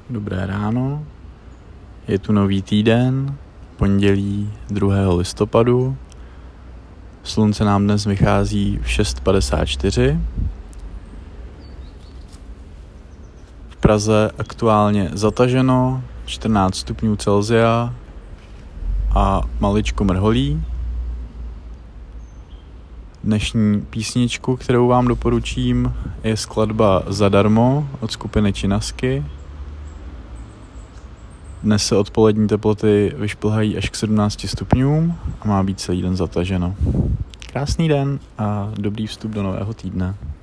Dobré ráno, je tu nový týden, pondělí 2. listopadu, slunce nám dnes vychází v 6:54, v Praze aktuálně zataženo 14 stupňů Celsia a maličko mrholí. Dnešní písničku, kterou vám doporučím, je skladba Zadarmo od skupiny Činasky. Dnes se odpolední teploty vyšplhají až k 17 stupňům a má být celý den zataženo. Krásný den a dobrý vstup do nového týdne.